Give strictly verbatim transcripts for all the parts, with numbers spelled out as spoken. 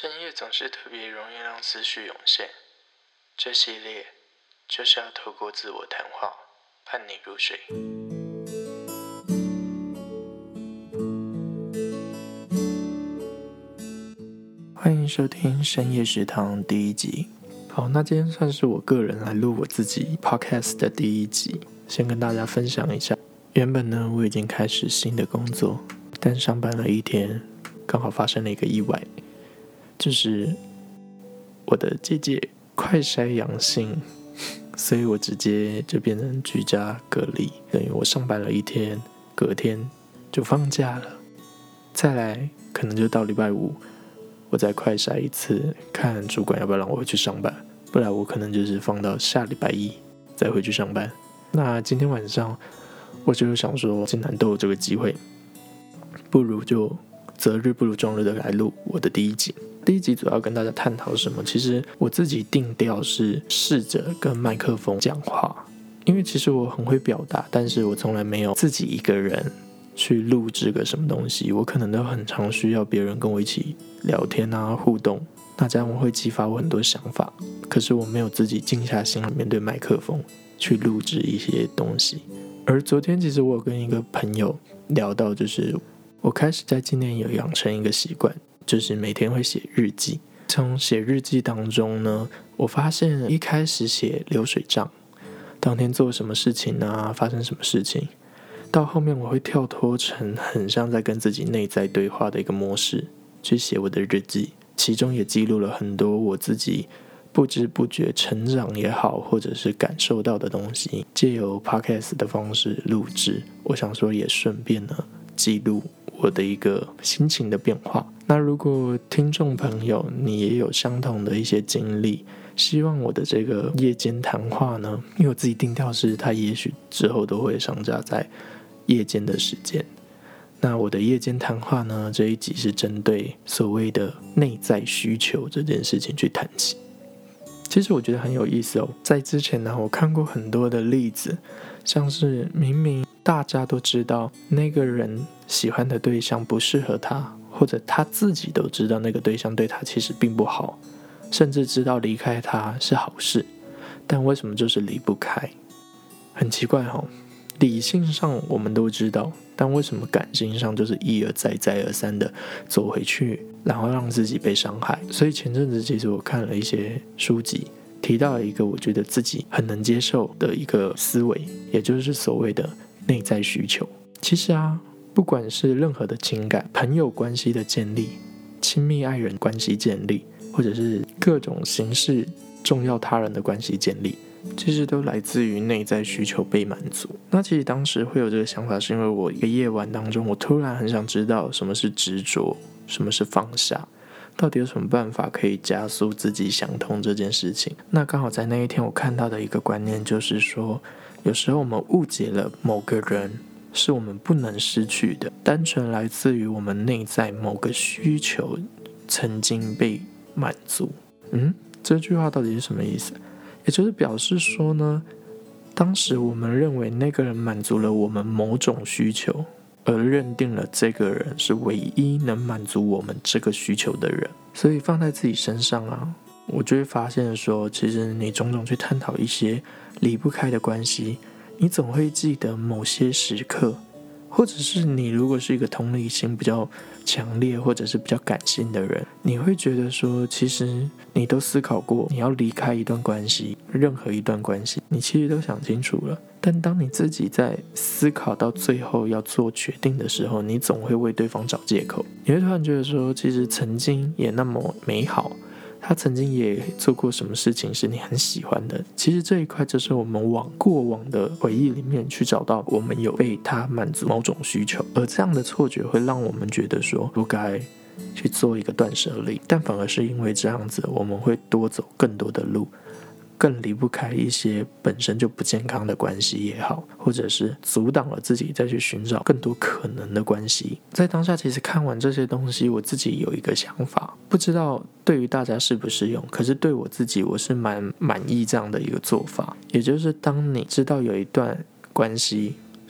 深夜总是特别容易让思绪涌现，这系列就是要透过自我谈话伴你入睡。欢迎收听深夜食堂第一集。好，那今天算是我个人来录我自己 podcast 的第一集，先跟大家分享一下。原本呢，我已经开始新的工作，但上班了一天，刚好发生了一个意外，就是我的姐姐快筛阳性，所以我直接就变成居家隔离，等于我上班了一天，隔天就放假了。再来可能就到礼拜五，我再快筛一次，看主管要不要让我回去上班，不然我可能就是放到下礼拜一再回去上班。那今天晚上我就想说，既然都有这个机会，不如就择日不如撞日的来录我的第一集。第一集主要跟大家探讨什么？其实我自己定调是试着跟麦克风讲话，因为其实我很会表达，但是我从来没有自己一个人去录制个什么东西，我可能都很常需要别人跟我一起聊天啊，互动，那这样我会激发我很多想法，可是我没有自己静下心来面对麦克风去录制一些东西。而昨天其实我有跟一个朋友聊到，就是我开始在今年有养成一个习惯，就是每天会写日记。从写日记当中呢，我发现一开始写流水账，当天做什么事情啊，发生什么事情，到后面我会跳脱成很像在跟自己内在对话的一个模式去写我的日记，其中也记录了很多我自己不知不觉成长也好，或者是感受到的东西，借由 podcast 的方式录制，我想说也顺便呢记录我的一个心情的变化。那如果听众朋友你也有相同的一些经历，希望我的这个夜间谈话呢，因为我自己定调是它也许之后都会上架在夜间的时间。那我的夜间谈话呢，这一集是针对所谓的内在需求这件事情去谈起。其实我觉得很有意思哦，在之前呢，我看过很多的例子，像是明明大家都知道那个人喜欢的对象不适合他，或者他自己都知道那个对象对他其实并不好，甚至知道离开他是好事，但为什么就是离不开？很奇怪哦，理性上我们都知道，但为什么感性上就是一而再再而三的走回去，然后让自己被伤害？所以前阵子其实我看了一些书籍，提到了一个我觉得自己很能接受的一个思维，也就是所谓的内在需求。其实啊，不管是任何的情感、朋友关系的建立、亲密爱人关系建立，或者是各种形式重要他人的关系建立，其实都来自于内在需求被满足。那其实当时会有这个想法，是因为我一个夜晚当中，我突然很想知道什么是执着，什么是放下，到底有什么办法可以加速自己想通这件事情。那刚好在那一天我看到的一个观念就是说，有时候我们误解了某个人是我们不能失去的，单纯来自于我们内在某个需求曾经被满足。嗯，这句话到底是什么意思？也就是表示说呢，当时我们认为那个人满足了我们某种需求，而认定了这个人是唯一能满足我们这个需求的人。所以放在自己身上啊，我就会发现说，其实你种种去探讨一些离不开的关系，你总会记得某些时刻，或者是你如果是一个同理心比较强烈或者是比较感性的人，你会觉得说，其实你都思考过，你要离开一段关系，任何一段关系你其实都想清楚了，但当你自己在思考到最后要做决定的时候，你总会为对方找借口。你会突然觉得说，其实曾经也那么美好，他曾经也做过什么事情是你很喜欢的，其实这一块就是我们往过往的回忆里面去找到我们有被他满足某种需求，而这样的错觉会让我们觉得说不该去做一个断舍离，但反而是因为这样子我们会多走更多的路，更离不开一些本身就不健康的关系也好，或者是阻挡了自己再去寻找更多可能的关系。在当下其实看完这些东西，我自己有一个想法，不知道对于大家适不适用，可是对我自己我是蛮满意这样的一个做法。也就是当你知道有一段关系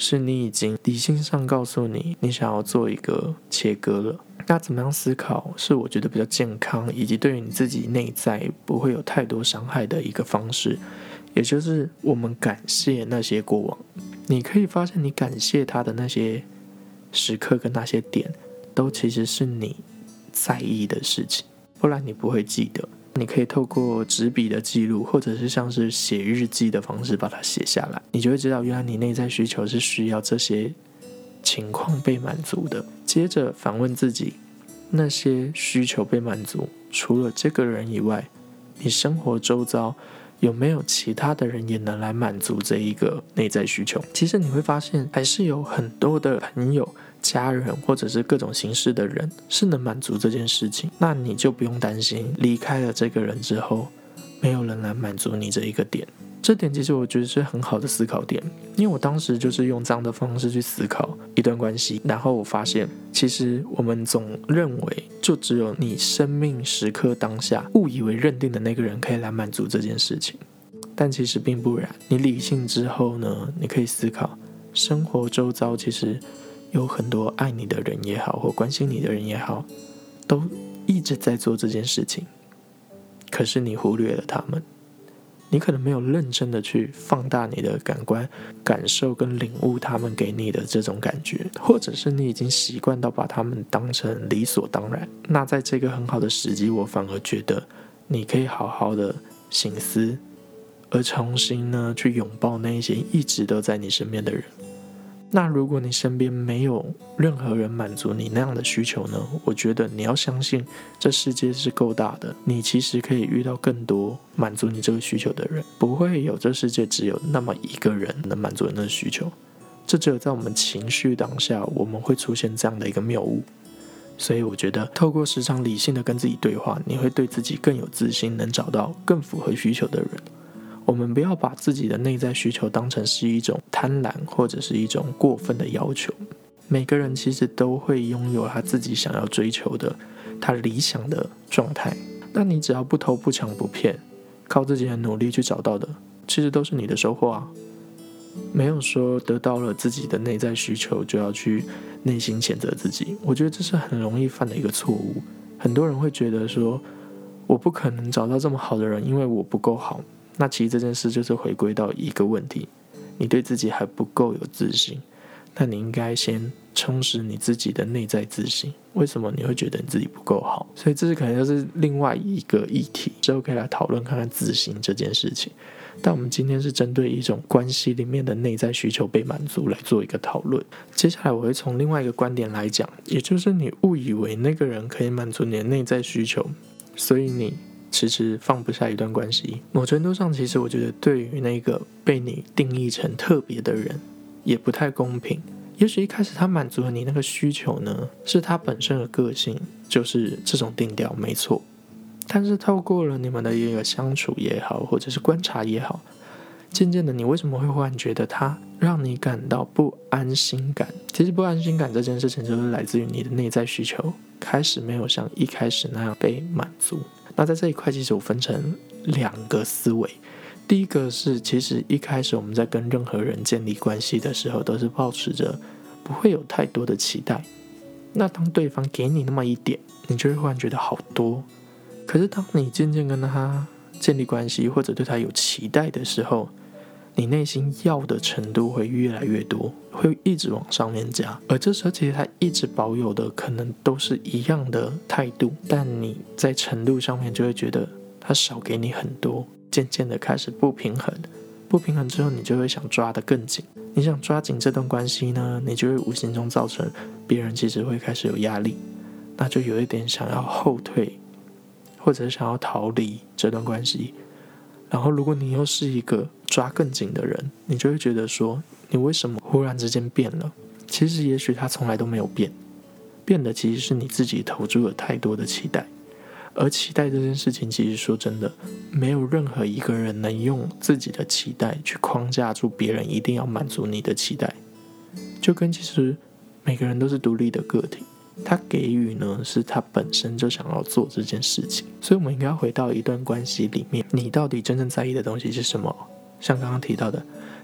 是你已经理性上告诉你你想要做一个切割了。那怎么样思考是我觉得比较健康，以及对于你自己内在不会有太多伤害的一个方式，也就是我们感谢那些过往。你可以发现你感谢他的那些时刻跟那些点都其实是你在意的事情，不然你不会记得。你可以透过纸笔的记录，或者是像是写日记的方式把它写下来，你就会知道原来你内在需求是需要这些情况被满足的。接着反问自己，那些需求被满足，除了这个人以外，你生活周遭有没有其他的人也能来满足这一个内在需求？其实你会发现还是有很多的朋友、家人或者是各种形式的人是能满足这件事情，那你就不用担心离开了这个人之后没有人来满足你这一个点。这点其实我觉得是很好的思考点，因为我当时就是用这样的方式去思考一段关系，然后我发现其实我们总认为就只有你生命时刻当下误以为认定的那个人可以来满足这件事情，但其实并不然。你理性之后呢，你可以思考生活周遭其实有很多爱你的人也好，或关心你的人也好，都一直在做这件事情，可是你忽略了他们。你可能没有认真的去放大你的感官感受跟领悟他们给你的这种感觉，或者是你已经习惯到把他们当成理所当然。那在这个很好的时机，我反而觉得你可以好好的省思，而重新呢去拥抱那一些一直都在你身边的人。那如果你身边没有任何人满足你那样的需求呢，我觉得你要相信这世界是够大的，你其实可以遇到更多满足你这个需求的人，不会有这世界只有那么一个人能满足你的需求。这只有在我们情绪当下我们会出现这样的一个谬误。所以我觉得透过时常理性的跟自己对话，你会对自己更有自信，能找到更符合需求的人。我们不要把自己的内在需求当成是一种贪婪或者是一种过分的要求。每个人其实都会拥有他自己想要追求的他理想的状态，那你只要不偷不抢不骗，靠自己的努力去找到的，其实都是你的收获啊。没有说得到了自己的内在需求就要去内心谴责自己，我觉得这是很容易犯的一个错误。很多人会觉得说我不可能找到这么好的人，因为我不够好。那其实这件事就是回归到一个问题，你对自己还不够有自信，那你应该先充实你自己的内在自信。为什么你会觉得你自己不够好？所以这是可能就是另外一个议题，之后可以来讨论看看自信这件事情。但我们今天是针对一种关系里面的内在需求被满足来做一个讨论。接下来我会从另外一个观点来讲，也就是你误以为那个人可以满足你的内在需求，所以你迟迟放不下一段关系。某程度上，其实我觉得对于那个被你定义成特别的人也不太公平。也许一开始他满足了你那个需求呢，是他本身的个性就是这种定调，没错。但是透过了你们的一个相处也好，或者是观察也好，渐渐的你为什么会忽然觉得他让你感到不安心感？其实不安心感这件事情就是来自于你的内在需求开始没有像一开始那样被满足。那在这一块其实我分成两个思维。第一个是其实一开始我们在跟任何人建立关系的时候都是抱持着不会有太多的期待，那当对方给你那么一点，你就会忽然觉得好多。可是当你渐渐跟他建立关系或者对他有期待的时候，你内心要的程度会越来越多，会一直往上面加。而这时候其实他一直保有的可能都是一样的态度，但你在程度上面就会觉得他少给你很多，渐渐的开始不平衡。不平衡之后，你就会想抓得更紧。你想抓紧这段关系呢，你就会无形中造成别人其实会开始有压力，那就有一点想要后退，或者想要逃离这段关系。然后如果你又是一个抓更紧的人，你就会觉得说你为什么忽然之间变了？其实也许他从来都没有变，变的其实是你自己投注了太多的期待。而期待这件事情，其实说真的，没有任何一个人能用自己的期待去框架住别人一定要满足你的期待。就跟其实每个人都是独立的个体，他给予呢是他本身就想要做这件事情。所以我们应该回到一段关系里面，你到底真正在意的东西是什么？像刚刚提到的，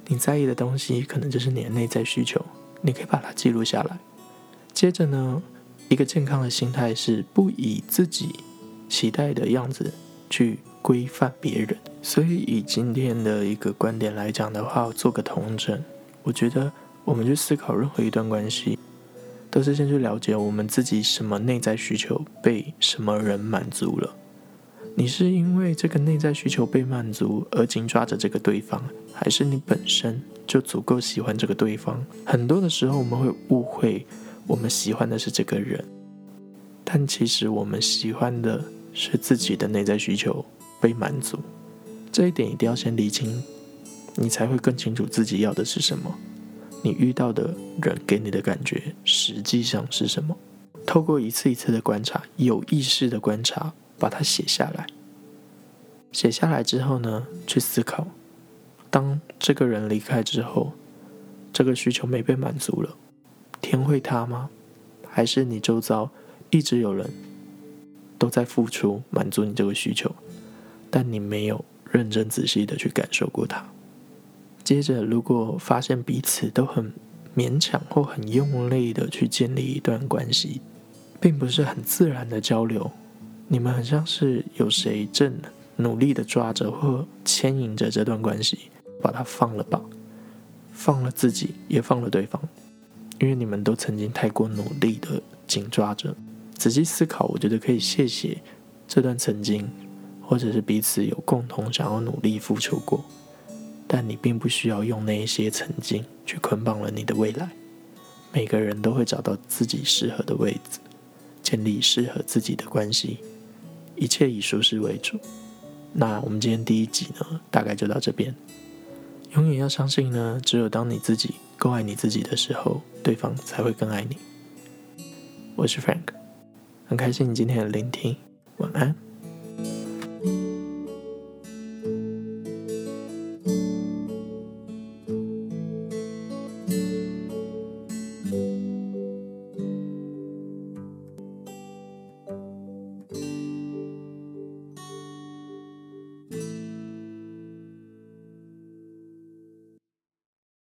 你在意的东西可能就是你的内在需求，你可以把它记录下来。接着呢，一个健康的心态是不以自己期待的样子去规范别人。所以以今天的一个观点来讲的话，我做个统整，我觉得我们去思考任何一段关系，都是先去了解我们自己什么内在需求被什么人满足了。你是因为这个内在需求被满足而紧抓着这个对方，还是你本身就足够喜欢这个对方？很多的时候我们会误会我们喜欢的是这个人，但其实我们喜欢的是自己的内在需求被满足。这一点一定要先理清，你才会更清楚自己要的是什么，你遇到的人给你的感觉实际上是什么。透过一次一次的观察，有意识的观察，把它写下来。写下来之后呢，去思考，当这个人离开之后，这个需求没被满足了，天会塌吗？还是你周遭一直有人都在付出满足你这个需求，但你没有认真仔细的去感受过它？接着如果发现彼此都很勉强或很用力的去建立一段关系，并不是很自然的交流，你们很像是有谁正努力的抓着或牵引着这段关系，把它放了吧，放了自己也放了对方，因为你们都曾经太过努力的紧抓着。仔细思考，我觉得可以谢谢这段曾经，或者是彼此有共同想要努力付出过，但你并不需要用那一些曾经去捆绑了你的未来。每个人都会找到自己适合的位置，建立适合自己的关系，一切以舒适为主。那我们今天第一集呢，大概就到这边。永远要相信呢，只有当你自己够爱你自己的时候，对方才会更爱你。我是 Frank， 很开心你今天的聆听，晚安。